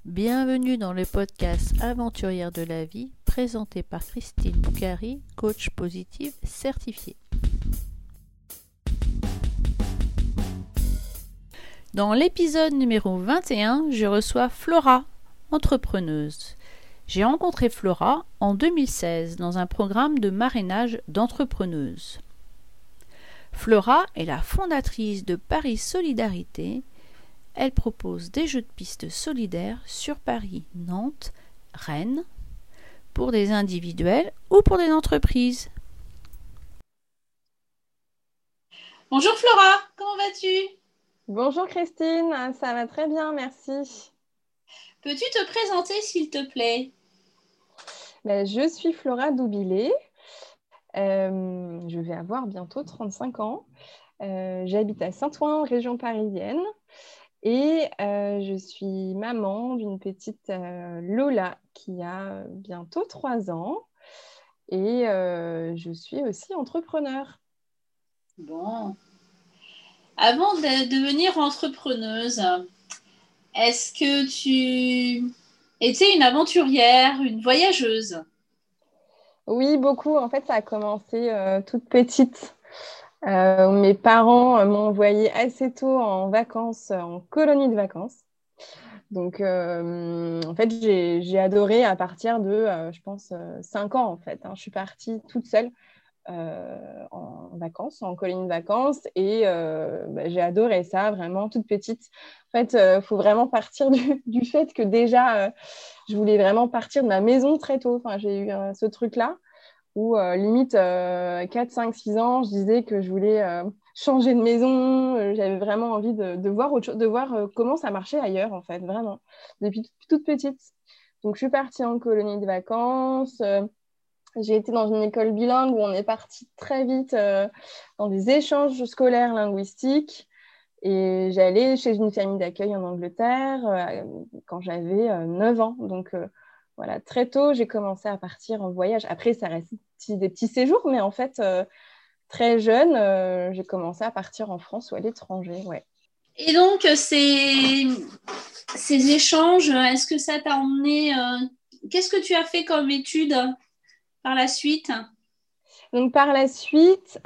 Bienvenue dans le podcast Aventurière de la vie, présenté par Christine Boukhari, coach positive certifiée. Dans l'épisode numéro 21, je reçois Flora, entrepreneuse. J'ai rencontré Flora en 2016 dans un programme de marrainage d'entrepreneuses. Flora est la fondatrice de Paris Solidarité. Elle propose des jeux de piste solidaires sur Paris, Nantes, Rennes, pour des individuels ou pour des entreprises. Bonjour Flora, comment vas-tu ? Bonjour Christine, ça va très bien, merci. Peux-tu te présenter s'il te plaît ? Je suis Flora Doubilé, je vais avoir bientôt 35 ans. J'habite à Saint-Ouen, région parisienne. Et je suis maman d'une petite Lola qui a bientôt 3 ans. Et je suis aussi entrepreneur. Bon. Avant de devenir entrepreneuse, est-ce que tu étais une aventurière, une voyageuse ? Oui, beaucoup. En fait, ça a commencé toute petite. Mes parents m'ont envoyée assez tôt en vacances, en colonie de vacances. Donc, en fait, j'ai adoré à partir de, je pense, 5 ans, en fait. Je suis partie toute seule en vacances, en colonie de vacances. Et j'ai adoré ça, vraiment, toute petite. En fait, il faut vraiment partir du fait que déjà, je voulais vraiment partir de ma maison très tôt. Enfin, j'ai eu ce truc-là où, limite, 4, 5, 6 ans, je disais que je voulais changer de maison. J'avais vraiment envie de voir autre chose, de voir comment ça marchait ailleurs, en fait, vraiment, depuis toute petite. Donc, je suis partie en colonie de vacances. J'ai été dans une école bilingue où on est parti très vite dans des échanges scolaires linguistiques. Et j'allais chez une famille d'accueil en Angleterre quand j'avais 9 ans. Donc, voilà, très tôt, j'ai commencé à partir en voyage. Après, ça reste des petits séjours, mais en fait, très jeune, j'ai commencé à partir en France ou à l'étranger. Ouais. Et donc, ces échanges, est-ce que ça t'a emmené qu'est-ce que tu as fait comme études par la suite ? Donc, par la suite,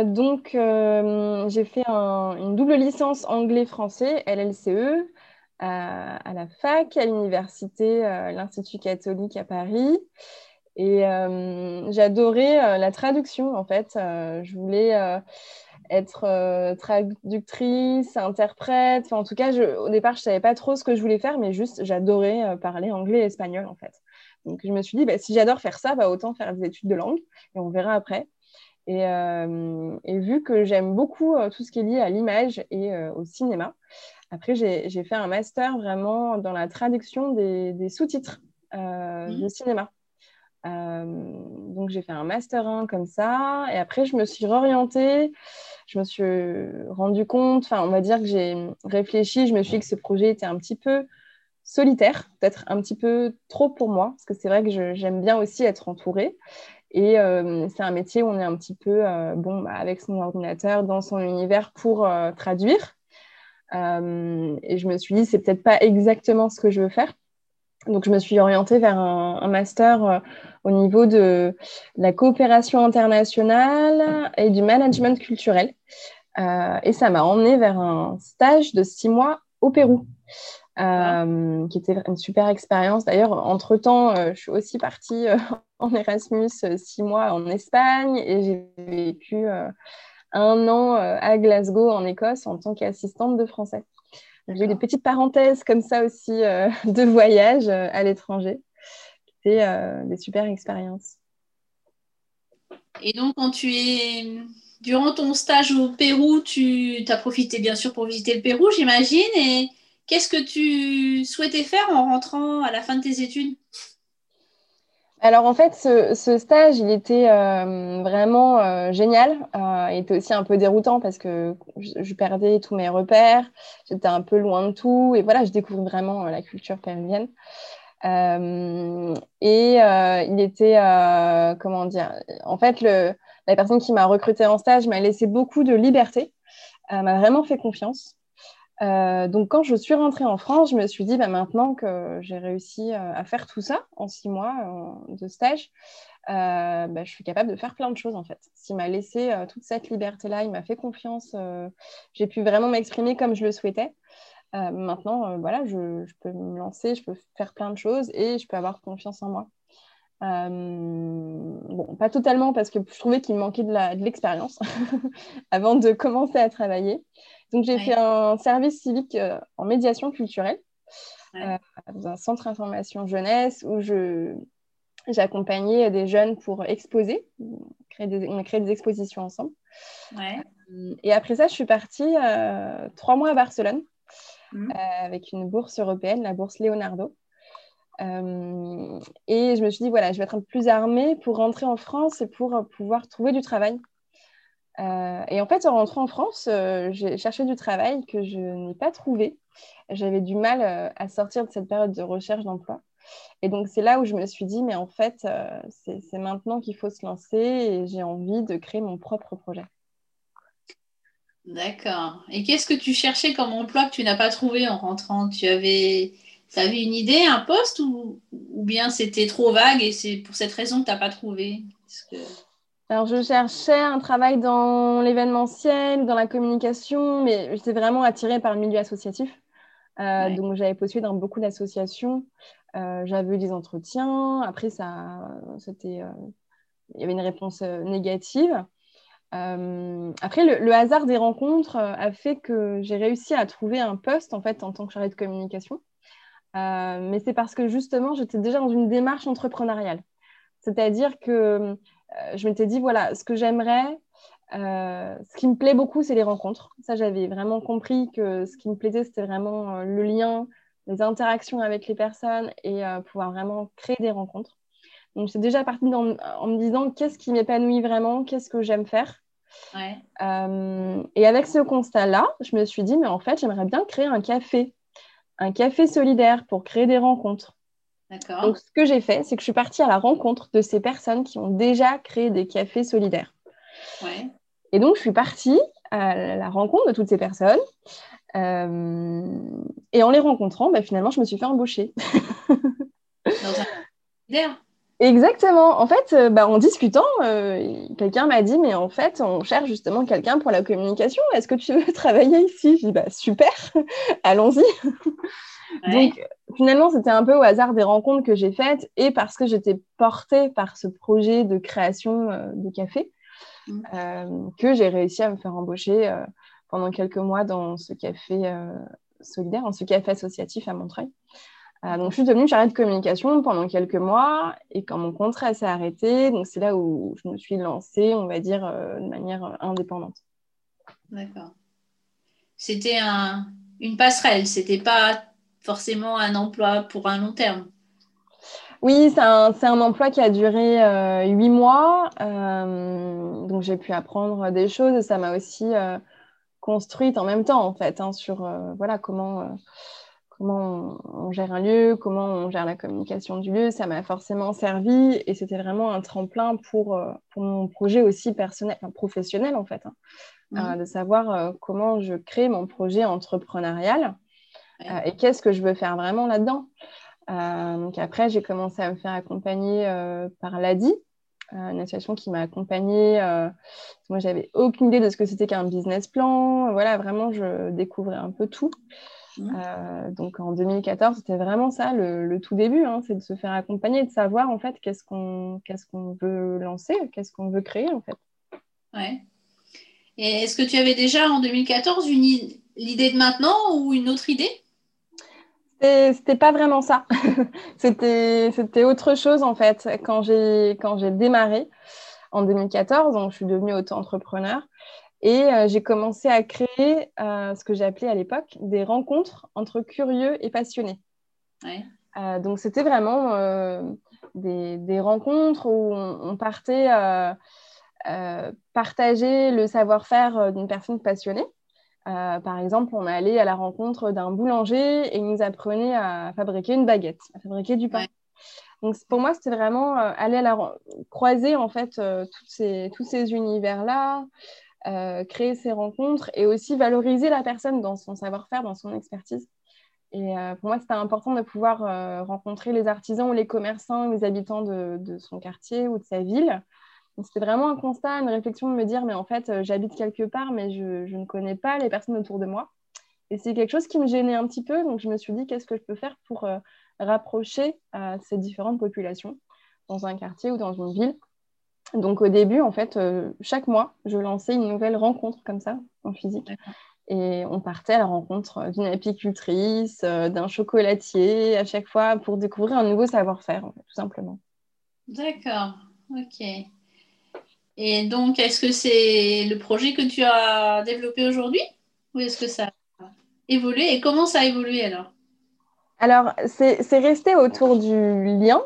j'ai fait une double licence anglais-français, LLCE, à la fac, à l'université, l'Institut catholique à Paris. Et j'adorais la traduction, en fait. Je voulais être traductrice, interprète. Enfin, en tout cas, au départ, je ne savais pas trop ce que je voulais faire, mais juste, j'adorais parler anglais et espagnol, en fait. Donc, je me suis dit, si j'adore faire ça, autant faire des études de langue, et on verra après. Et vu que j'aime beaucoup tout ce qui est lié à l'image et au cinéma, après, j'ai fait un master vraiment dans la traduction des sous-titres de cinéma. Donc, j'ai fait un master 1 comme ça. Et après, je me suis réorientée. Je me suis rendu compte, enfin, on va dire que j'ai réfléchi. Je me suis dit que ce projet était un petit peu solitaire, peut-être un petit peu trop pour moi, parce que c'est vrai que j'aime bien aussi être entourée. Et c'est un métier où on est un petit peu avec son ordinateur dans son univers pour traduire. Et je me suis dit, c'est peut-être pas exactement ce que je veux faire. Donc, je me suis orientée vers un master au niveau de la coopération internationale et du management culturel. Et ça m'a emmenée vers un stage de 6 mois au Pérou. Qui était une super expérience. D'ailleurs, entre-temps, je suis aussi partie en Erasmus 6 mois en Espagne et j'ai vécu 1 an à Glasgow, en Écosse, en tant qu'assistante de français. Donc, j'ai eu des petites parenthèses comme ça aussi de voyage à l'étranger. C'était des super expériences. Et donc, durant ton stage au Pérou, tu as profité bien sûr pour visiter le Pérou, j'imagine. Et qu'est-ce que tu souhaitais faire en rentrant à la fin de tes études ? Alors en fait, ce stage, il était vraiment génial. Il était aussi un peu déroutant parce que je perdais tous mes repères. J'étais un peu loin de tout. Et voilà, je découvre vraiment la culture péruvienne. Il était, comment dire, en fait, la personne qui m'a recrutée en stage m'a laissé beaucoup de liberté, m'a vraiment fait confiance. Donc, quand je suis rentrée en France, je me suis dit, bah, maintenant que j'ai réussi à faire tout ça en 6 mois de stage, bah, je suis capable de faire plein de choses, en fait. Il m'a laissé toute cette liberté-là, il m'a fait confiance. J'ai pu vraiment m'exprimer comme je le souhaitais. Maintenant, voilà, je peux me lancer, je peux faire plein de choses et je peux avoir confiance en moi. Bon, pas totalement parce que je trouvais qu'il me manquait de l'expérience avant de commencer à travailler. Donc, j'ai fait Ouais, un service civique en médiation culturelle ouais, euh, dans un centre information jeunesse où j'accompagnais des jeunes pour exposer. On a créé des expositions ensemble. ouais. Et après ça, je suis partie 3 mois à Barcelone Mhm. avec une bourse européenne, la bourse Leonardo. Et je me suis dit, voilà, je vais être un peu plus armée pour rentrer en France et pour pouvoir trouver du travail. Et en fait, en rentrant en France, j'ai cherché du travail que je n'ai pas trouvé. J'avais du mal à sortir de cette période de recherche d'emploi. Et donc, c'est là où je me suis dit, mais en fait, c'est maintenant qu'il faut se lancer et j'ai envie de créer mon propre projet. D'accord. Et qu'est-ce que tu cherchais comme emploi que tu n'as pas trouvé en rentrant? T'avais une idée, un poste ou bien c'était trop vague et c'est pour cette raison que tu n'as pas trouvé? Alors, je cherchais un travail dans l'événementiel, dans la communication, mais j'étais vraiment attirée par le milieu associatif. Ouais, Donc, j'avais postulé dans beaucoup d'associations. J'avais eu des entretiens. Après, il y avait une réponse négative. Après, le hasard des rencontres a fait que j'ai réussi à trouver un poste en fait en tant que chargée de communication. Mais c'est parce que justement, j'étais déjà dans une démarche entrepreneuriale. C'est-à-dire que je m'étais dit, voilà, ce que j'aimerais, ce qui me plaît beaucoup, c'est les rencontres. Ça, j'avais vraiment compris que ce qui me plaisait, c'était vraiment le lien, les interactions avec les personnes et pouvoir vraiment créer des rencontres. Donc, c'est déjà parti en me disant qu'est-ce qui m'épanouit vraiment, qu'est-ce que j'aime faire. ouais, Et avec ce constat-là, je me suis dit, mais en fait, j'aimerais bien créer un café solidaire pour créer des rencontres. Donc, d'accord. ce que j'ai fait, c'est que je suis partie à la rencontre de ces personnes qui ont déjà créé des cafés solidaires. Ouais. Et donc, je suis partie à la rencontre de toutes ces personnes. Euh, et en les rencontrant, bah, finalement, je me suis fait embaucher. Dans un univers. Exactement. En fait, bah, en discutant, quelqu'un m'a dit, mais en fait, on cherche justement quelqu'un pour la communication. Est-ce que tu veux travailler ici? Je dis, bah, super, allons-y. Ouais. Donc, finalement, c'était un peu au hasard des rencontres que j'ai faites et parce que j'étais portée par ce projet de création de café Mm. que j'ai réussi à me faire embaucher pendant quelques mois dans ce café solidaire, dans ce café associatif à Montreuil. Donc, je suis devenue chargée de communication pendant quelques mois et quand mon contrat s'est arrêté, donc c'est là où je me suis lancée, on va dire, de manière indépendante. D'accord. C'était une passerelle, c'était pas forcément un emploi pour un long terme. Oui, c'est un emploi qui a duré 8 mois. Donc, j'ai pu apprendre des choses et ça m'a aussi construite en même temps, en fait, hein, sur voilà, comment on gère un lieu, comment on gère la communication du lieu. Ça m'a forcément servi et c'était vraiment un tremplin pour mon projet aussi personnel, enfin, professionnel, en fait, hein, Mm. de savoir comment je crée mon projet entrepreneurial Ouais. et qu'est-ce que je veux faire vraiment là-dedans. Donc après, j'ai commencé à me faire accompagner par l'ADI, une association qui m'a accompagnée. Moi, j'avais aucune idée de ce que c'était qu'un business plan. Voilà, vraiment, je découvrais un peu tout. Mm. Donc en 2014, c'était vraiment ça, le tout début, hein, c'est de se faire accompagner, de savoir en fait qu'est-ce qu'on veut lancer, qu'est-ce qu'on veut créer en fait. Ouais. Et est-ce que tu avais déjà en 2014 l'idée de maintenant ou une autre idée? C'était pas vraiment ça. C'était autre chose en fait. Quand j'ai démarré en 2014, donc je suis devenue auto-entrepreneur et j'ai commencé à créer ce que j'ai appelé à l'époque des rencontres entre curieux et passionnés. Ouais. Donc c'était vraiment des rencontres où on partait partager le savoir-faire d'une personne passionnée. Par exemple, on allait à la rencontre d'un boulanger et il nous apprenait à fabriquer une baguette, à fabriquer du pain. Ouais. Donc pour moi, c'était vraiment aller croiser en fait tous ces univers-là, créer ces rencontres et aussi valoriser la personne dans son savoir-faire, dans son expertise. Et pour moi, c'était important de pouvoir rencontrer les artisans ou les commerçants, les habitants de son quartier ou de sa ville. Donc, c'était vraiment un constat, une réflexion de me dire, mais en fait, j'habite quelque part, mais je ne connais pas les personnes autour de moi. Et c'est quelque chose qui me gênait un petit peu. Donc, je me suis dit, qu'est-ce que je peux faire pour rapprocher ces différentes populations dans un quartier ou dans une ville. Donc, au début, en fait, chaque mois, je lançais une nouvelle rencontre comme ça, en physique. D'accord. Et on partait à la rencontre d'une apicultrice, d'un chocolatier, à chaque fois, pour découvrir un nouveau savoir-faire, en fait, tout simplement. D'accord. Ok. Et donc, est-ce que c'est le projet que tu as développé aujourd'hui ou est-ce que ça a évolué et comment ça a évolué alors? Alors, c'est resté autour du lien.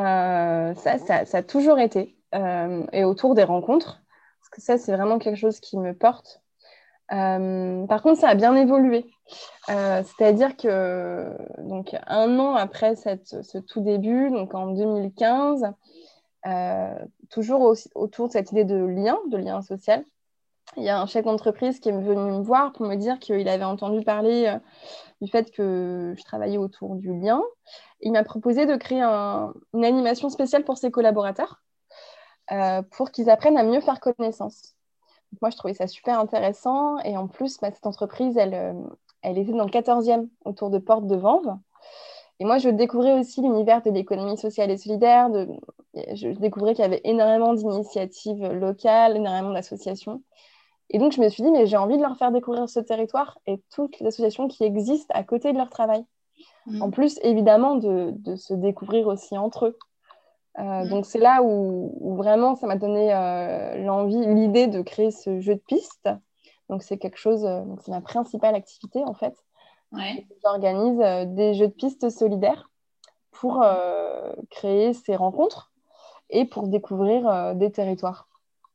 Ça a toujours été. Et autour des rencontres. Parce que ça, c'est vraiment quelque chose qui me porte. Par contre, ça a bien évolué. C'est-à-dire que donc, 1 an après ce tout début, donc en 2015, toujours autour de cette idée de lien social, il y a un chef d'entreprise qui est venu me voir pour me dire qu'il avait entendu parler du fait que je travaillais autour du lien. Il m'a proposé de créer une animation spéciale pour ses collaborateurs pour qu'ils apprennent à mieux faire connaissance. Donc, moi, je trouvais ça super intéressant. Et en plus, cette entreprise, elle était dans le 14e, autour de Porte de Vanves. Et moi, je découvrais aussi l'univers de l'économie sociale et solidaire. Je découvrais qu'il y avait énormément d'initiatives locales, énormément d'associations. Et donc, je me suis dit, mais j'ai envie de leur faire découvrir ce territoire et toutes les associations qui existent à côté de leur travail. En Mm. plus, évidemment, de se découvrir aussi entre eux. Mm. Donc, c'est là où vraiment ça m'a donné l'envie, l'idée de créer ce jeu de piste. Donc, c'est quelque chose, donc c'est ma principale activité en fait. Ouais. J'organise des jeux de piste solidaires pour créer ces rencontres et pour découvrir des territoires.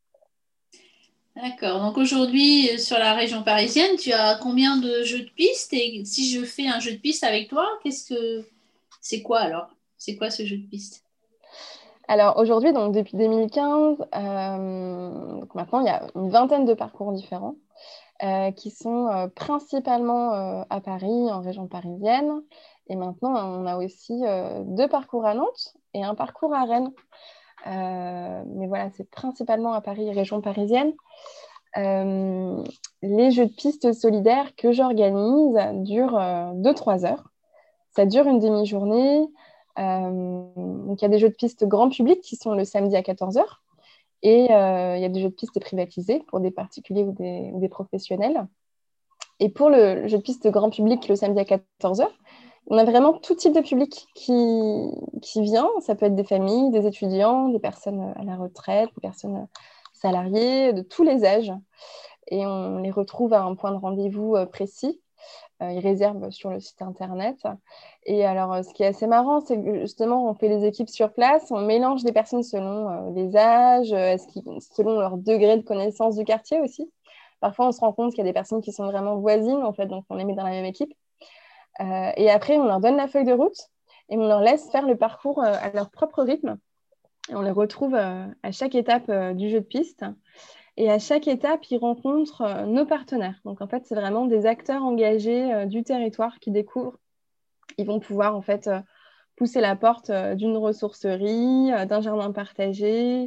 D'accord. Donc aujourd'hui, sur la région parisienne, tu as combien de jeux de piste? Et si je fais un jeu de piste avec toi, c'est quoi alors? C'est quoi ce jeu de piste? Alors aujourd'hui, donc depuis 2015, donc maintenant il y a une vingtaine de parcours différents qui sont principalement à Paris, en région parisienne. Et maintenant, on a aussi 2 parcours à Nantes et un parcours à Rennes. Mais voilà, c'est principalement à Paris, région parisienne. Euh, les jeux de piste solidaires que j'organise durent 2-3 heures. Ça dure une demi-journée. Donc, il y a des jeux de piste grand public qui sont le samedi à 14 heures. Et il y a des jeux de piste privatisés pour des particuliers ou des professionnels. Et pour le jeu de piste grand public le samedi à 14 heures, on a vraiment tout type de public qui vient. Ça peut être des familles, des étudiants, des personnes à la retraite, des personnes salariées, de tous les âges. Et on les retrouve à un point de rendez-vous précis. Ils réservent sur le site internet. Et alors, ce qui est assez marrant, c'est que justement, on fait les équipes sur place, on mélange des personnes selon les âges, selon leur degré de connaissance du quartier aussi. Parfois, on se rend compte qu'il y a des personnes qui sont vraiment voisines, en fait, donc on les met dans la même équipe. Et après, on leur donne la feuille de route et on leur laisse faire le parcours à leur propre rythme. Et on les retrouve à chaque étape du jeu de piste. Et à chaque étape, ils rencontrent nos partenaires. Donc, en fait, c'est vraiment des acteurs engagés du territoire qui découvrent. Ils vont pouvoir, en fait, pousser la porte d'une ressourcerie, d'un jardin partagé,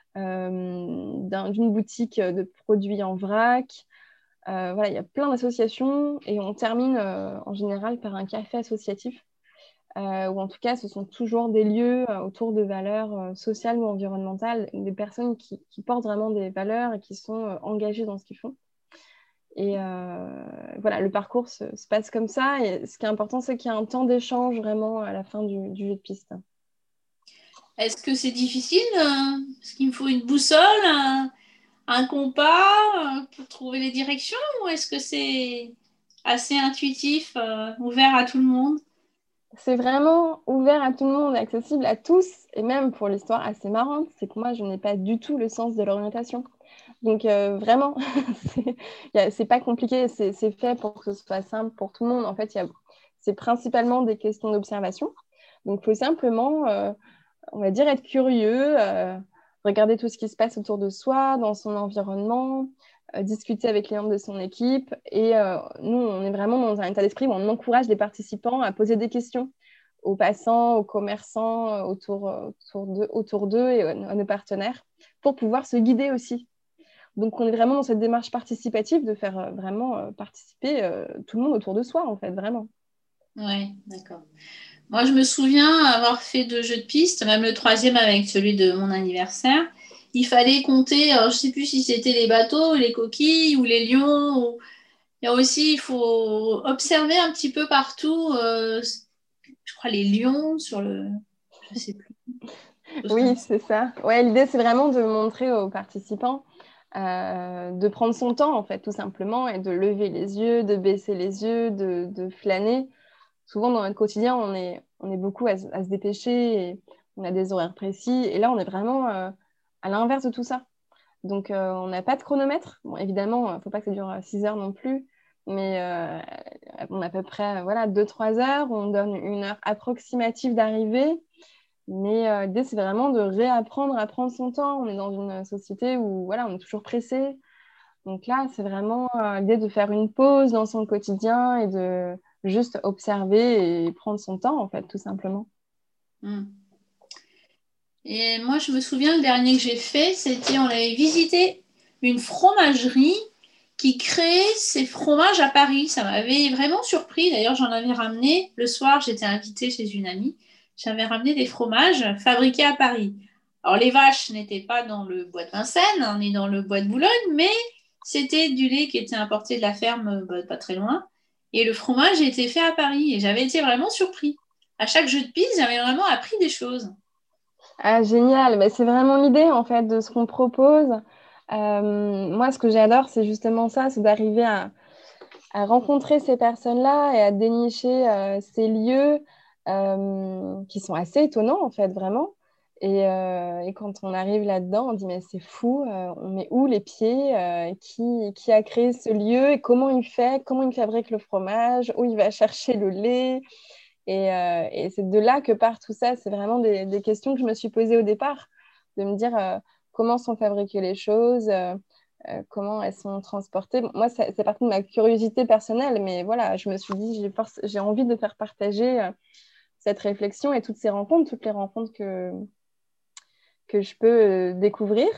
d'une boutique de produits en vrac. Voilà, il y a plein d'associations et on termine en général par un café associatif. Ou en tout cas, ce sont toujours des lieux autour de valeurs sociales ou environnementales, des personnes qui portent vraiment des valeurs et qui sont engagées dans ce qu'ils font. Et voilà, le parcours se passe comme ça. Et ce qui est important, c'est qu'il y a un temps d'échange vraiment à la fin du jeu de piste. Est-ce que c'est difficile? Est-ce qu'il me faut une boussole, un compas pour trouver les directions ou est-ce que c'est assez intuitif, ouvert à tout le monde? C'est vraiment ouvert à tout le monde, accessible à tous. Et même pour l'histoire assez marrante, c'est que moi, je n'ai pas du tout le sens de l'orientation. Donc vraiment, c'est pas compliqué, c'est fait pour que ce soit simple pour tout le monde. En fait, c'est principalement des questions d'observation. Donc, il faut simplement, on va dire, être curieux, regarder tout ce qui se passe autour de soi, dans son environnement, discuter avec les membres de son équipe. Et nous, on est vraiment dans un état d'esprit où on encourage les participants à poser des questions aux passants, aux commerçants autour d'eux et à nos partenaires pour pouvoir se guider aussi. Donc, on est vraiment dans cette démarche participative de faire vraiment participer tout le monde autour de soi, en fait, vraiment. Ouais, d'accord. Moi, je me souviens avoir fait 2 jeux de piste, même le troisième avec celui de mon anniversaire. Il fallait compter, alors, je ne sais plus si c'était les bateaux, les coquilles ou les lions. Il y a aussi, il faut observer un petit peu partout, je crois, les lions sur le... Je ne sais plus. Oui, c'est ça. Ouais, l'idée, c'est vraiment de montrer aux participants de prendre son temps, en fait, tout simplement, et de lever les yeux, de baisser les yeux, de flâner. Souvent, dans notre quotidien, on est beaucoup à se dépêcher, et on a des horaires précis. Et là, on est vraiment à l'inverse de tout ça. Donc, on n'a pas de chronomètre. Bon, évidemment, il ne faut pas que ça dure 6 heures non plus. Mais on a à peu près 2-3 heures. On donne une heure approximative d'arrivée. Mais l'idée, c'est vraiment de réapprendre à prendre son temps. On est dans une société où voilà, on est toujours pressé. Donc là, c'est vraiment l'idée de faire une pause dans son quotidien et de juste observer et prendre son temps, en fait, tout simplement. Mm. Et moi, je me souviens, le dernier que j'ai fait, c'était, on avait visité une fromagerie qui créait ses fromages à Paris. Ça m'avait vraiment surpris. D'ailleurs, j'en avais ramené. Le soir, j'étais invitée chez une amie. J'avais ramené des fromages fabriqués à Paris. Alors, les vaches n'étaient pas dans le bois de Vincennes, ni dans le bois de Boulogne, mais c'était du lait qui était importé de la ferme pas très loin. Et le fromage était fait à Paris. Et j'avais été vraiment surpris. À chaque jeu de piste, j'avais vraiment appris des choses. Ah, génial. Bah, c'est vraiment l'idée, en fait, de ce qu'on propose. Moi, ce que j'adore, c'est justement ça, c'est d'arriver à rencontrer ces personnes-là et à dénicher ces lieux qui sont assez étonnants, en fait, vraiment. Et quand on arrive là-dedans, on dit, mais c'est fou, on met où les pieds, qui a créé ce lieu et comment il fait, comment il fabrique le fromage, où il va chercher le lait. Et c'est de là que part tout ça. C'est vraiment des questions que je me suis posées au départ, de me dire comment sont fabriquées les choses, comment elles sont transportées. Bon, moi, c'est partie de ma curiosité personnelle, mais voilà, je me suis dit, j'ai envie de faire partager cette réflexion et toutes ces rencontres, toutes les rencontres que je peux découvrir.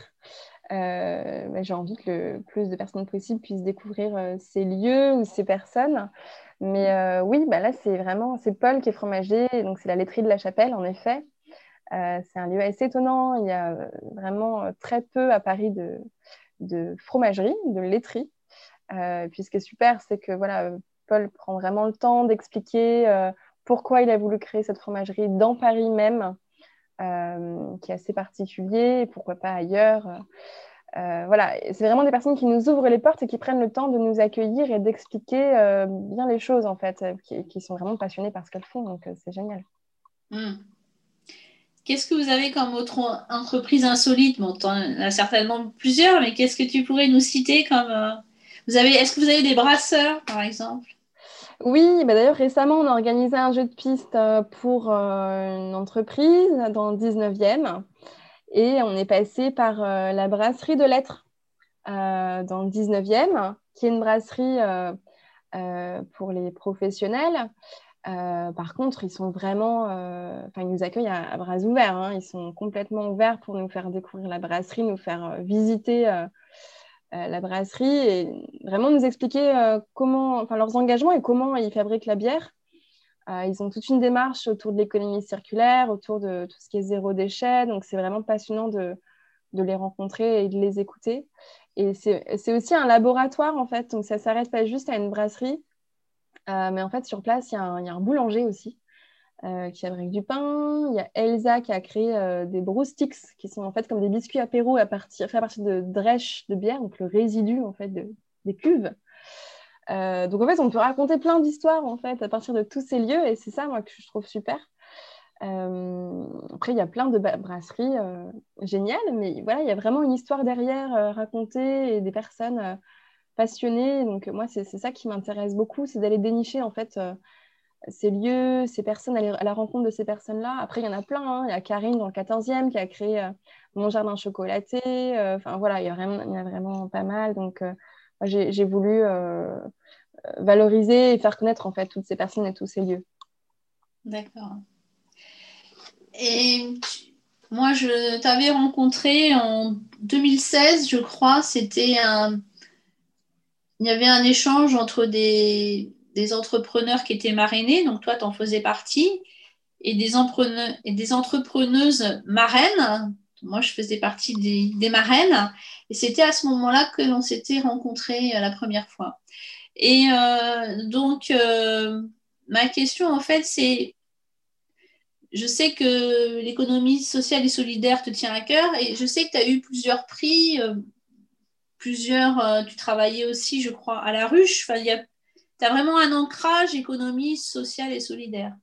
J'ai envie que le plus de personnes possible puissent découvrir ces lieux ou ces personnes. Mais oui, là, c'est Paul qui est fromager, donc c'est la laiterie de la Chapelle, en effet. C'est un lieu assez étonnant. Il y a vraiment très peu à Paris de fromagerie, de laiterie. Puis ce qui est super, c'est que voilà, Paul prend vraiment le temps d'expliquer pourquoi il a voulu créer cette fromagerie dans Paris même, qui est assez particulier, et pourquoi pas ailleurs. Voilà, c'est vraiment des personnes qui nous ouvrent les portes et qui prennent le temps de nous accueillir et d'expliquer bien les choses, en fait, qui sont vraiment passionnées par ce qu'elles font, donc c'est génial. Hmm. Qu'est-ce que vous avez comme autre entreprise insolite? Bon, tu en as certainement plusieurs, mais qu'est-ce que tu pourrais nous citer comme... Est-ce que vous avez des brasseurs, par exemple? Oui, d'ailleurs, récemment, on a organisé un jeu de piste pour une entreprise dans le 19e et on est passé par la brasserie de Lettres dans le 19e, qui est une brasserie pour les professionnels. Par contre, ils sont vraiment, ils nous accueillent à bras ouverts, hein. Ils sont complètement ouverts pour nous faire découvrir la brasserie, nous faire visiter la brasserie et vraiment nous expliquer leurs engagements et comment ils fabriquent la bière. Ils ont toute une démarche autour de l'économie circulaire, autour de tout ce qui est zéro déchet. Donc, c'est vraiment passionnant de les rencontrer et de les écouter. Et c'est aussi un laboratoire, en fait. Donc, ça ne s'arrête pas juste à une brasserie. Mais en fait, sur place, il y a un boulanger aussi qui fabrique du pain. Il y a Elsa qui a créé des Brewsticks, qui sont en fait comme des biscuits apéro faits à partir de drèche de bière, donc le résidu en fait des cuves. Donc en fait, on peut raconter plein d'histoires en fait à partir de tous ces lieux, et c'est ça moi que je trouve super. Après, il y a plein de brasseries géniales, mais voilà, il y a vraiment une histoire derrière racontée et des personnes passionnées. Donc moi, c'est ça qui m'intéresse beaucoup, c'est d'aller dénicher en fait ces lieux, ces personnes, à la rencontre de ces personnes-là. Après, il y en a plein, hein. Il y a Karine dans le 14e qui a créé Mon Jardin Chocolaté. Enfin voilà, il y en a vraiment pas mal. Donc j'ai voulu valoriser et faire connaître en fait toutes ces personnes et tous ces lieux. D'accord. Et moi, je t'avais rencontré en 2016, je crois. Il y avait un échange entre des entrepreneurs qui étaient marrainés, donc toi, tu en faisais partie, et des entrepreneuses marraines. Moi, je faisais partie des marraines. Et c'était à ce moment-là que l'on s'était rencontrés la première fois. Et ma question, en fait, c'est, je sais que l'économie sociale et solidaire te tient à cœur, et je sais que tu as eu plusieurs prix, tu travaillais aussi, je crois, à la ruche. Enfin, tu as vraiment un ancrage économie sociale et solidaire.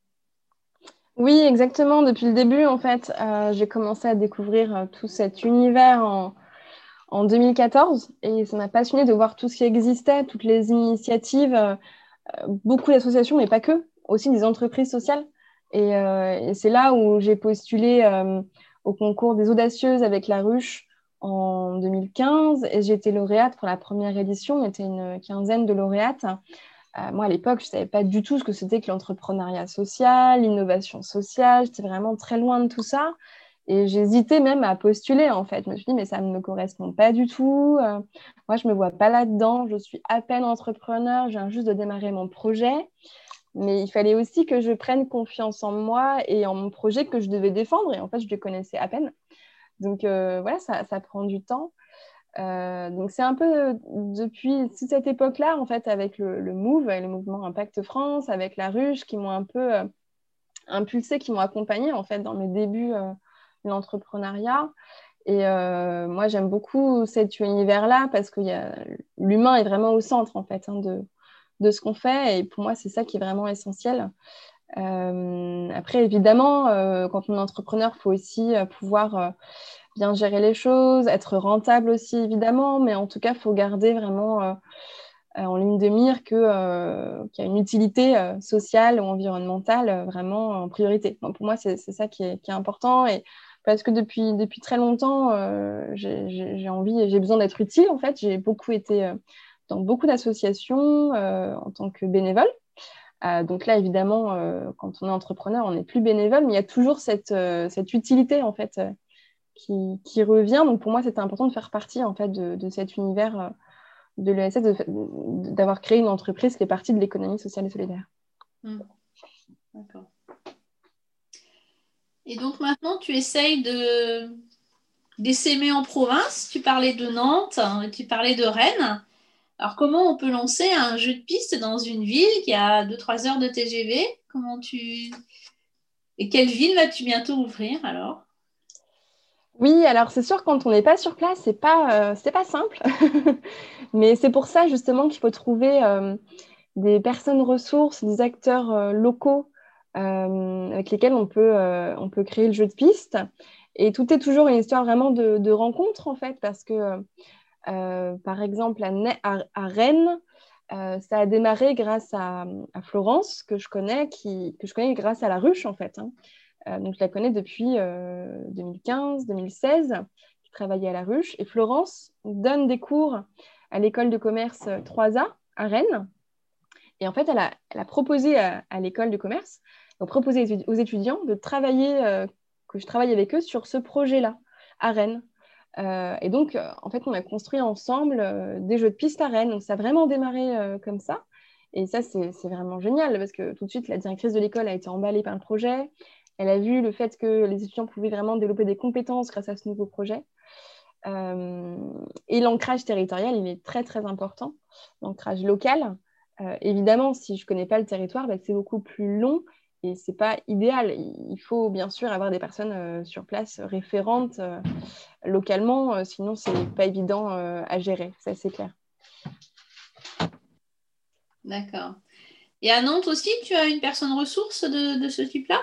Oui, exactement. Depuis le début, en fait, j'ai commencé à découvrir tout cet univers en 2014 et ça m'a passionnée de voir tout ce qui existait, toutes les initiatives, beaucoup d'associations, mais pas que, aussi des entreprises sociales. Et c'est là où j'ai postulé au concours des audacieuses avec la ruche en 2015 et j'ai été lauréate pour la première édition. On était une quinzaine de lauréates. Moi, à l'époque, je ne savais pas du tout ce que c'était que l'entrepreneuriat social, l'innovation sociale. J'étais vraiment très loin de tout ça. Et j'hésitais même à postuler, en fait. Je me suis dit, mais ça ne me correspond pas du tout. Moi, je ne me vois pas là-dedans. Je suis à peine entrepreneur. Je viens juste de démarrer mon projet. Mais il fallait aussi que je prenne confiance en moi et en mon projet que je devais défendre. Et en fait, je le connaissais à peine. Donc, voilà, ça prend du temps. Donc, c'est un peu depuis toute cette époque-là, en fait, avec le MOVE, et le mouvement Impact France, avec la ruche, qui m'ont un peu impulsée, qui m'ont accompagnée, en fait, dans mes débuts de l'entrepreneuriat. Et moi, j'aime beaucoup cet univers-là parce que l'humain est vraiment au centre, en fait, de ce qu'on fait. Et pour moi, c'est ça qui est vraiment essentiel. Après, évidemment, quand on est entrepreneur, il faut aussi pouvoir bien gérer les choses, être rentable aussi, évidemment. Mais en tout cas, il faut garder vraiment en ligne de mire qu'il y a une utilité sociale ou environnementale vraiment en priorité. Donc, pour moi, c'est ça qui est important. Et parce que depuis très longtemps, j'ai envie et j'ai besoin d'être utile. En fait, j'ai beaucoup été dans beaucoup d'associations en tant que bénévole. Donc là, évidemment, quand on est entrepreneur, on n'est plus bénévole, mais il y a toujours cette utilité en fait qui revient. Donc pour moi, c'était important de faire partie en fait de cet univers de l'ESS, d'avoir créé une entreprise qui est partie de l'économie sociale et solidaire. D'accord. Et donc maintenant, tu essayes d'essaimer en province. Tu parlais de Nantes, hein, tu parlais de Rennes. Alors, comment on peut lancer un jeu de piste dans une ville qui a 2-3 heures de TGV? Et quelle ville vas-tu bientôt ouvrir alors? Oui, alors c'est sûr, quand on n'est pas sur place, c'est pas simple. Mais c'est pour ça justement qu'il faut trouver des personnes ressources, des acteurs locaux avec lesquels on peut créer le jeu de piste. Et tout est toujours une histoire vraiment de rencontre en fait, parce que par exemple à Rennes, ça a démarré grâce à Florence, que je connais grâce à la ruche en fait. Hein. Donc je la connais depuis 2015-2016, qui travaillait à la ruche. Et Florence donne des cours à l'école de commerce 3A à Rennes. Et en fait, elle a proposé à l'école de commerce, donc proposé aux étudiants de travailler, que je travaille avec eux sur ce projet-là à Rennes. Et donc, en fait, on a construit ensemble des jeux de piste à Rennes. Donc, ça a vraiment démarré comme ça. Et ça, c'est vraiment génial parce que tout de suite, la directrice de l'école a été emballée par le projet. Elle a vu le fait que les étudiants pouvaient vraiment développer des compétences grâce à ce nouveau projet. Et l'ancrage territorial, il est très, très important. L'ancrage local. Évidemment, si je ne connais pas le territoire, c'est beaucoup plus long et ce n'est pas idéal. Il faut bien sûr avoir des personnes sur place référentes localement, sinon ce n'est pas évident à gérer, ça c'est clair. D'accord. Et à Nantes aussi, tu as une personne ressource de ce type-là?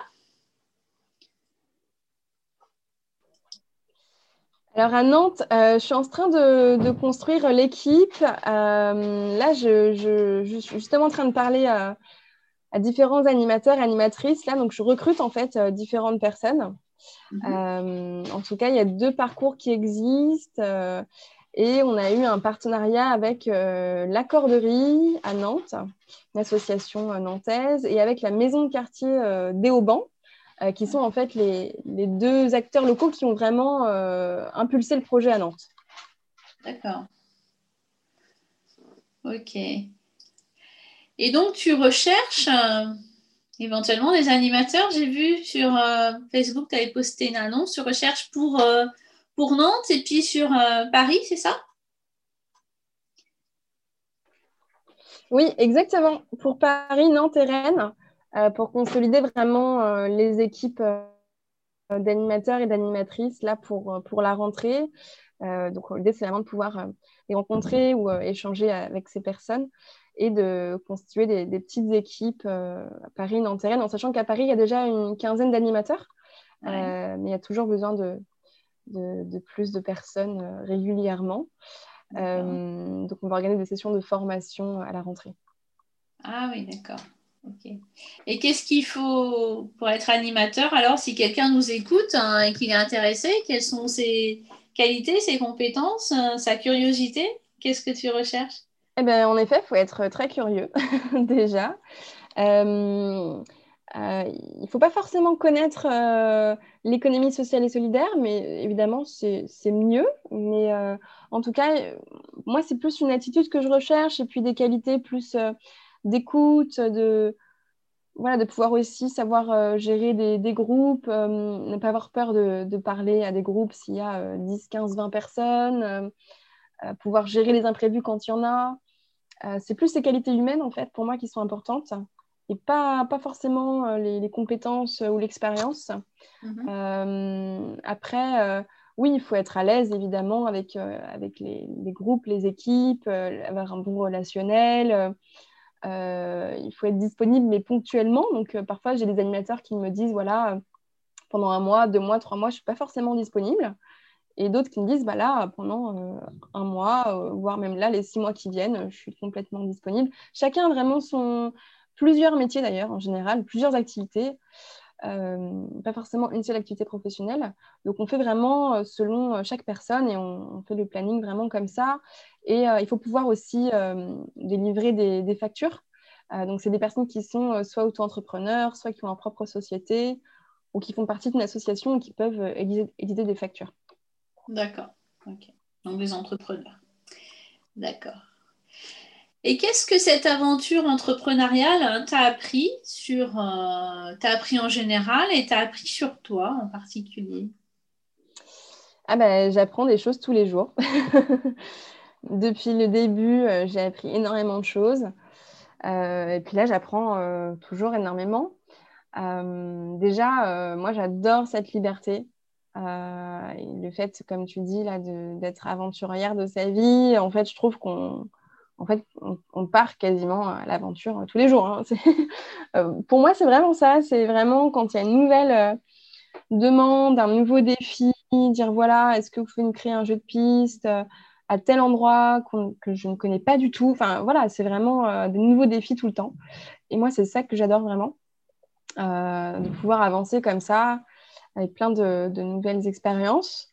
Alors à Nantes, je suis en train de construire l'équipe. Là, je suis justement en train de parler à différents animateurs et animatrices. Là, donc je recrute en fait différentes personnes. En tout cas, il y a 2 parcours qui existent. Et on a eu un partenariat avec l'Accorderie à Nantes, une association nantaise, et avec la maison de quartier d'Éauban, qui sont en fait les deux acteurs locaux qui ont vraiment impulsé le projet à Nantes. D'accord. Ok. Et donc, tu recherches éventuellement des animateurs. J'ai vu sur Facebook, tu avais posté une annonce. Tu recherches pour Nantes et puis sur Paris, c'est ça? Oui, exactement. Pour Paris, Nantes et Rennes, pour consolider vraiment les équipes d'animateurs et d'animatrices là pour la rentrée. Donc, l'idée, c'est vraiment de pouvoir les rencontrer ou échanger avec ces personnes et de constituer des petites équipes à Paris, Nantes et Rennes, en sachant qu'à Paris, il y a déjà une quinzaine d'animateurs, mais il y a toujours besoin de plus de personnes régulièrement. Donc, on va organiser des sessions de formation à la rentrée. Ah oui, d'accord. Ok. Et qu'est-ce qu'il faut pour être animateur alors, si quelqu'un nous écoute et qu'il est intéressé, quelles sont ses qualités, ses compétences, sa curiosité? Qu'est-ce que tu recherches? Eh ben, en effet, il faut être très curieux déjà. Il ne faut pas forcément connaître l'économie sociale et solidaire, mais évidemment, c'est mieux. Mais en tout cas, moi, c'est plus une attitude que je recherche et puis des qualités plus d'écoute, voilà, de pouvoir aussi savoir gérer des groupes, ne pas avoir peur de parler à des groupes s'il y a 10, 15, 20 personnes, pouvoir gérer les imprévus quand il y en a. C'est plus ces qualités humaines, en fait, pour moi, qui sont importantes et pas forcément les compétences ou l'expérience. Après, oui, il faut être à l'aise, évidemment, avec les groupes, les équipes, avoir un bon relationnel. Il faut être disponible, mais ponctuellement. Donc, parfois, j'ai des animateurs qui me disent, voilà, pendant 1 mois, 2 mois, 3 mois, je ne suis pas forcément disponible. Et d'autres qui me disent, bah là, pendant 1 mois, voire même là, les 6 mois qui viennent, je suis complètement disponible. Chacun a vraiment plusieurs métiers d'ailleurs, en général, plusieurs activités, pas forcément une seule activité professionnelle. Donc, on fait vraiment selon chaque personne et on fait le planning vraiment comme ça. Et il faut pouvoir aussi délivrer des factures. Donc, c'est des personnes qui sont soit auto-entrepreneurs, soit qui ont leur propre société ou qui font partie d'une association et qui peuvent éditer des factures. D'accord. Ok. Donc des entrepreneurs. D'accord. Et qu'est-ce que cette aventure entrepreneuriale t'a appris t'a appris en général et t'a appris sur toi en particulier? Ah ben, j'apprends des choses tous les jours. Depuis le début, j'ai appris énormément de choses. Et puis là, j'apprends toujours énormément. Déjà, moi, j'adore cette liberté. Et le fait, comme tu dis, là, d'être aventurière de sa vie, en fait, je trouve on part quasiment à l'aventure tous les jours, hein. Pour moi, c'est vraiment ça. C'est vraiment quand il y a une nouvelle demande, un nouveau défi, dire voilà, est-ce que vous pouvez nous créer un jeu de piste à tel endroit que je ne connais pas du tout. Enfin, voilà, c'est vraiment des nouveaux défis tout le temps. Et moi, c'est ça que j'adore vraiment, de pouvoir avancer comme ça, avec plein de nouvelles expériences.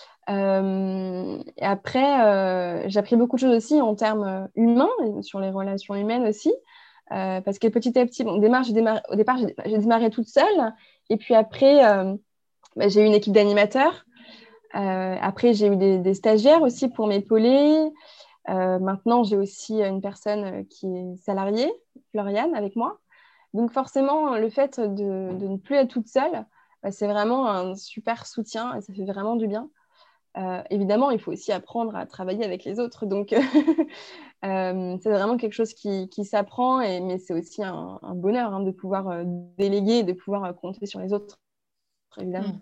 Et après, j'ai appris beaucoup de choses aussi en termes humains, et sur les relations humaines aussi. Parce que petit à petit, bon, au départ, j'ai démarré toute seule. Et puis après, j'ai eu une équipe d'animateurs. Après, j'ai eu des stagiaires aussi pour m'épauler. Maintenant, j'ai aussi une personne qui est salariée, Floriane, avec moi. Donc forcément, le fait de ne plus être toute seule, c'est vraiment un super soutien et ça fait vraiment du bien. Évidemment, il faut aussi apprendre à travailler avec les autres. Donc, c'est vraiment quelque chose qui s'apprend, mais c'est aussi un bonheur hein, de pouvoir déléguer et de pouvoir compter sur les autres, évidemment.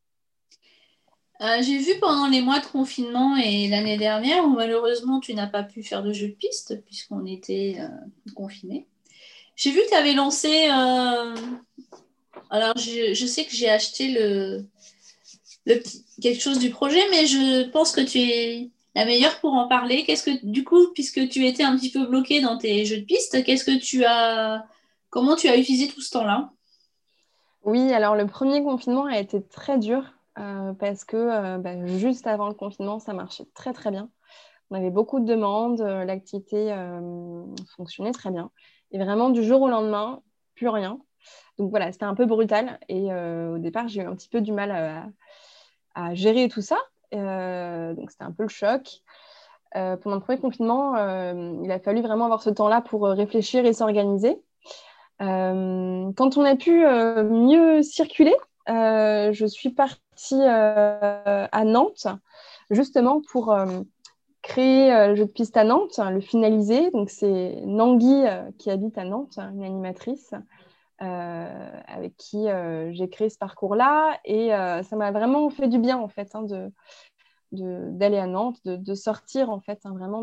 J'ai vu pendant les mois de confinement et l'année dernière où malheureusement tu n'as pas pu faire de jeu de piste puisqu'on était confinés. J'ai vu que tu avais lancé. Alors, je sais que j'ai acheté quelque chose du projet, mais je pense que tu es la meilleure pour en parler. Du coup, puisque tu étais un petit peu bloquée dans tes jeux de piste, comment tu as utilisé tout ce temps-là? Oui, alors le premier confinement a été très dur parce que juste avant le confinement, ça marchait très très bien. On avait beaucoup de demandes, l'activité fonctionnait très bien. Et vraiment, du jour au lendemain, plus rien. Donc voilà, c'était un peu brutal. Et au départ, j'ai eu un petit peu du mal à gérer tout ça. Donc c'était un peu le choc. Pendant le premier confinement, il a fallu vraiment avoir ce temps-là pour réfléchir et s'organiser. Quand on a pu mieux circuler, je suis partie à Nantes, justement pour créer le jeu de piste à Nantes, le finaliser. Donc c'est Nangui qui habite à Nantes, une animatrice avec qui j'ai créé ce parcours-là. Et ça m'a vraiment fait du bien, en fait, d'aller à Nantes, de sortir, en fait, vraiment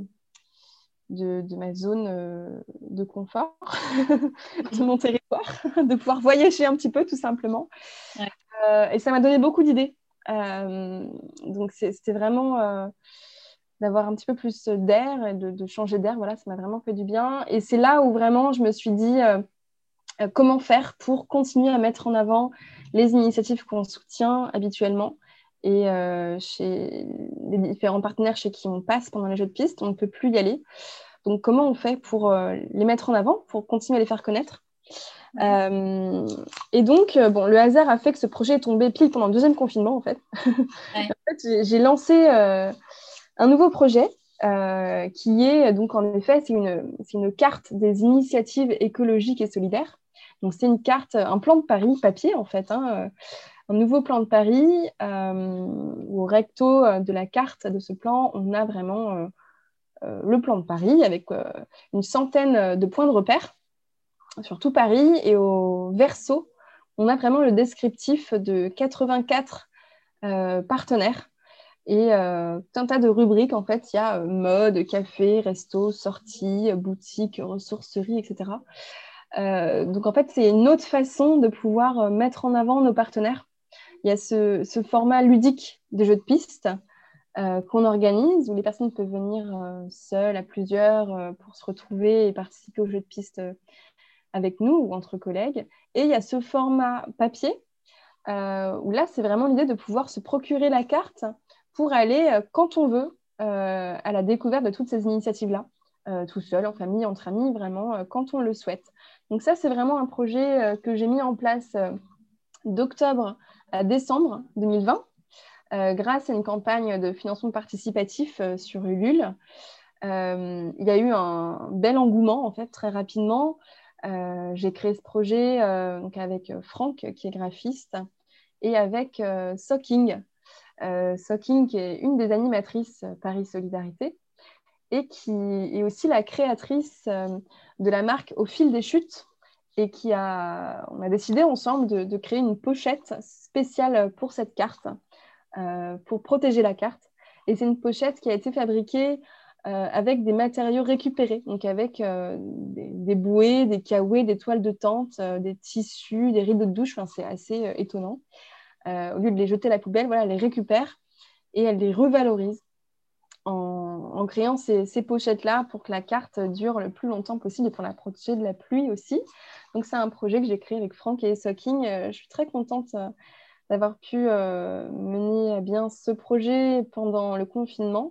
de ma zone de confort, de mon territoire, de pouvoir voyager un petit peu, tout simplement. Ouais. Et ça m'a donné beaucoup d'idées. Donc, c'était vraiment d'avoir un petit peu plus d'air et de changer d'air. Voilà, ça m'a vraiment fait du bien. Et c'est là où vraiment je me suis dit comment faire pour continuer à mettre en avant les initiatives qu'on soutient habituellement. Et chez les différents partenaires chez qui on passe pendant les jeux de piste, on ne peut plus y aller. Donc, comment on fait pour les mettre en avant, pour continuer à les faire connaître? Et donc, le hasard a fait que ce projet est tombé pile pendant le deuxième confinement, en fait. Ouais. En fait, j'ai lancé un nouveau projet qui est, donc, en effet, c'est une carte des initiatives écologiques et solidaires. Donc, c'est une carte, un plan de Paris papier, en fait, un nouveau plan de Paris. Au recto de la carte de ce plan, on a vraiment le plan de Paris avec une centaine de points de repère sur tout Paris. Et au verso, on a vraiment le descriptif de 84 partenaires et tout un tas de rubriques. En fait, il y a mode, café, resto, sortie, boutique, ressourcerie, etc. Donc, en fait, c'est une autre façon de pouvoir mettre en avant nos partenaires. Il y a ce format ludique des jeux de piste qu'on organise, où les personnes peuvent venir seules, à plusieurs, pour se retrouver et participer aux jeux de piste avec nous ou entre collègues. Et il y a ce format papier, où là, c'est vraiment l'idée de pouvoir se procurer la carte pour aller, quand on veut, à la découverte de toutes ces initiatives-là, tout seul, en famille, entre amis, vraiment, quand on le souhaite. Donc ça, c'est vraiment un projet que j'ai mis en place d'octobre à décembre 2020. Grâce à une campagne de financement participatif sur Ulule. Il y a eu un bel engouement, en fait, très rapidement. J'ai créé ce projet donc avec Franck, qui est graphiste, et avec Socking. Socking, qui est une des animatrices Paris Solidarité, et qui est aussi la créatrice de la marque Au fil des chutes, et on a décidé ensemble de créer une pochette spéciale pour cette carte, pour protéger la carte. Et c'est une pochette qui a été fabriquée avec des matériaux récupérés, donc avec des bouées, des caouets, des toiles de tente, des tissus, des rideaux de douche. Enfin, c'est assez étonnant. Au lieu de les jeter à la poubelle, voilà, elle les récupère et elle les revalorise en créant ces pochettes-là pour que la carte dure le plus longtemps possible et pour la protéger de la pluie aussi. Donc, c'est un projet que j'ai créé avec Franck et Socking. Je suis très contente d'avoir pu mener à bien ce projet pendant le confinement,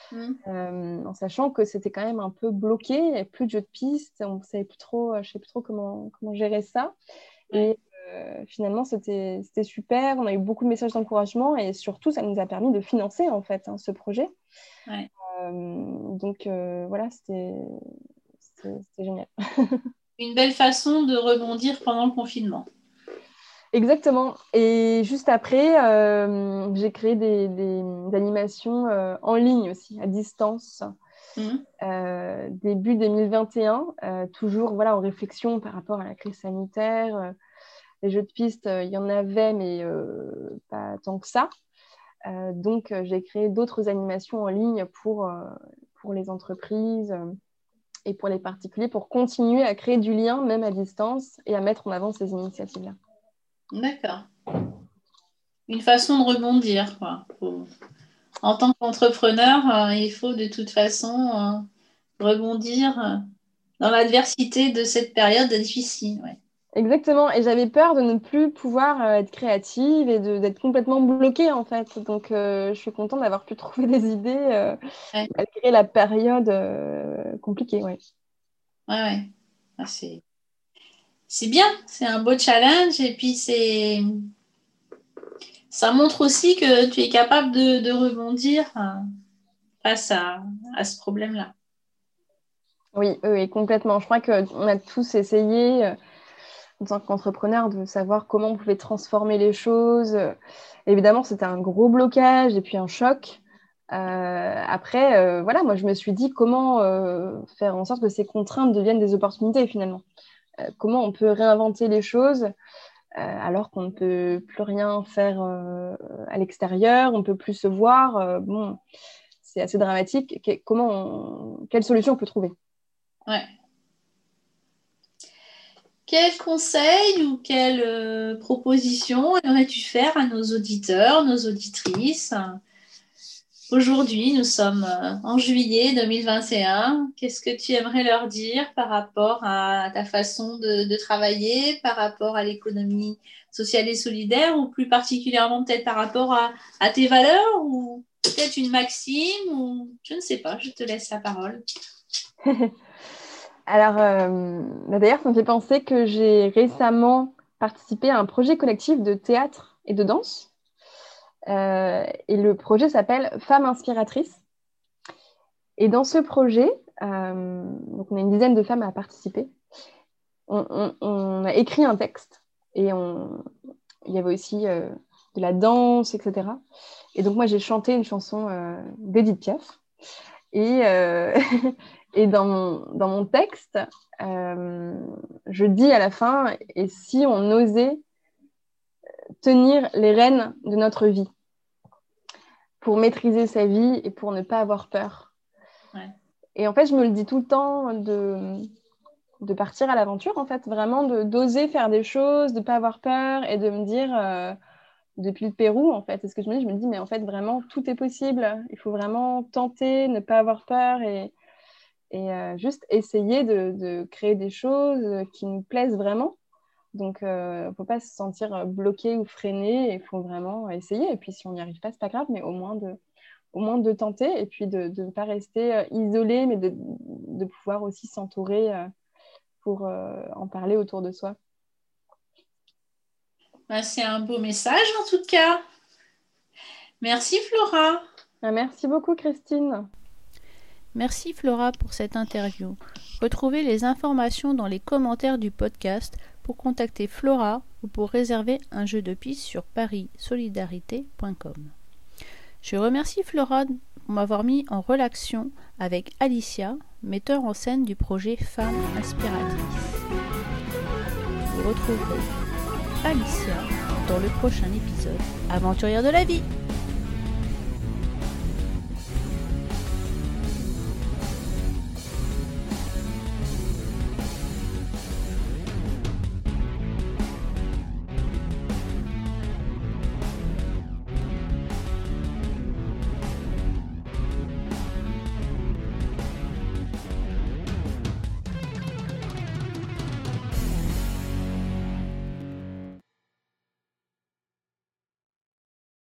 en sachant que c'était quand même un peu bloqué, il n'y avait plus de jeux de piste, on savait plus trop, je ne sais plus trop comment gérer ça. Et finalement, c'était super, on a eu beaucoup de messages d'encouragement et surtout, ça nous a permis de financer en fait ce projet. Ouais. Donc voilà, c'était génial. Une belle façon de rebondir pendant le confinement. Exactement. Et juste après, j'ai créé des animations en ligne aussi, à distance. Début 2021, toujours voilà, en réflexion par rapport à la crise sanitaire. Les jeux de piste, il y en avait, mais pas tant que ça. Donc, j'ai créé d'autres animations en ligne pour les entreprises et pour les particuliers, pour continuer à créer du lien, même à distance, et à mettre en avant ces initiatives-là. D'accord. Une façon de rebondir, quoi. En tant qu'entrepreneur, il faut de toute façon rebondir dans l'adversité de cette période difficile. Ouais. Exactement, et j'avais peur de ne plus pouvoir être créative et d'être complètement bloquée en fait. Donc je suis contente d'avoir pu trouver des idées Ouais, malgré la période compliquée. Ouais. ouais. Ah, c'est bien, c'est un beau challenge et puis ça montre aussi que tu es capable de rebondir face à ce problème-là. Oui, oui, complètement. Je crois qu'on a tous essayé en tant qu'entrepreneur de savoir comment on pouvait transformer les choses. Évidemment, c'était un gros blocage et puis un choc. Après, voilà, moi je me suis dit comment faire en sorte que ces contraintes deviennent des opportunités finalement. Comment on peut réinventer les choses alors qu'on ne peut plus rien faire à l'extérieur, on ne peut plus se voir. Bon, c'est assez dramatique. Quelle solution on peut trouver? Ouais. Quel conseil ou quelle proposition aimerais-tu faire à nos auditeurs, nos auditrices? Aujourd'hui, nous sommes en juillet 2021. Qu'est-ce que tu aimerais leur dire par rapport à ta façon de travailler, par rapport à l'économie sociale et solidaire, ou plus particulièrement peut-être par rapport à tes valeurs, ou peut-être une maxime, ou je ne sais pas, je te laisse la parole. Alors, d'ailleurs, ça me fait penser que j'ai récemment participé à un projet collectif de théâtre et de danse. Et le projet s'appelle Femmes inspiratrices. Et dans ce projet, donc on a une dizaine de femmes à participer. On a écrit un texte et il y avait aussi de la danse, etc. Et donc moi, j'ai chanté une chanson d'Édith Piaf. Et, et dans mon texte, je dis à la fin, et si on osait tenir les rênes de notre vie pour maîtriser sa vie et pour ne pas avoir peur. Ouais. Et en fait, je me le dis tout le temps de partir à l'aventure, en fait, vraiment d'oser faire des choses, de ne pas avoir peur et de me dire, depuis le Pérou, en fait, c'est ce que je me dis, mais en fait, vraiment, tout est possible. Il faut vraiment tenter, ne pas avoir peur et juste essayer de créer des choses qui nous plaisent vraiment. Donc, il ne faut pas se sentir bloqué ou freiné, il faut vraiment essayer. Et puis, si on n'y arrive pas, ce n'est pas grave, mais au moins de tenter et puis de ne pas rester isolé, mais de pouvoir aussi s'entourer pour en parler autour de soi. Ben, c'est un beau message en tout cas. Merci Flora. Merci beaucoup Christine. Merci Flora pour cette interview. Retrouvez les informations dans les commentaires du podcast pour contacter Flora ou pour réserver un jeu de piste sur paris-solidarité.com. Je remercie Flora pour m'avoir mis en relation avec Alicia, metteur en scène du projet Femmes inspiratrices. Vous retrouverez Alicia dans le prochain épisode Aventurière de la vie.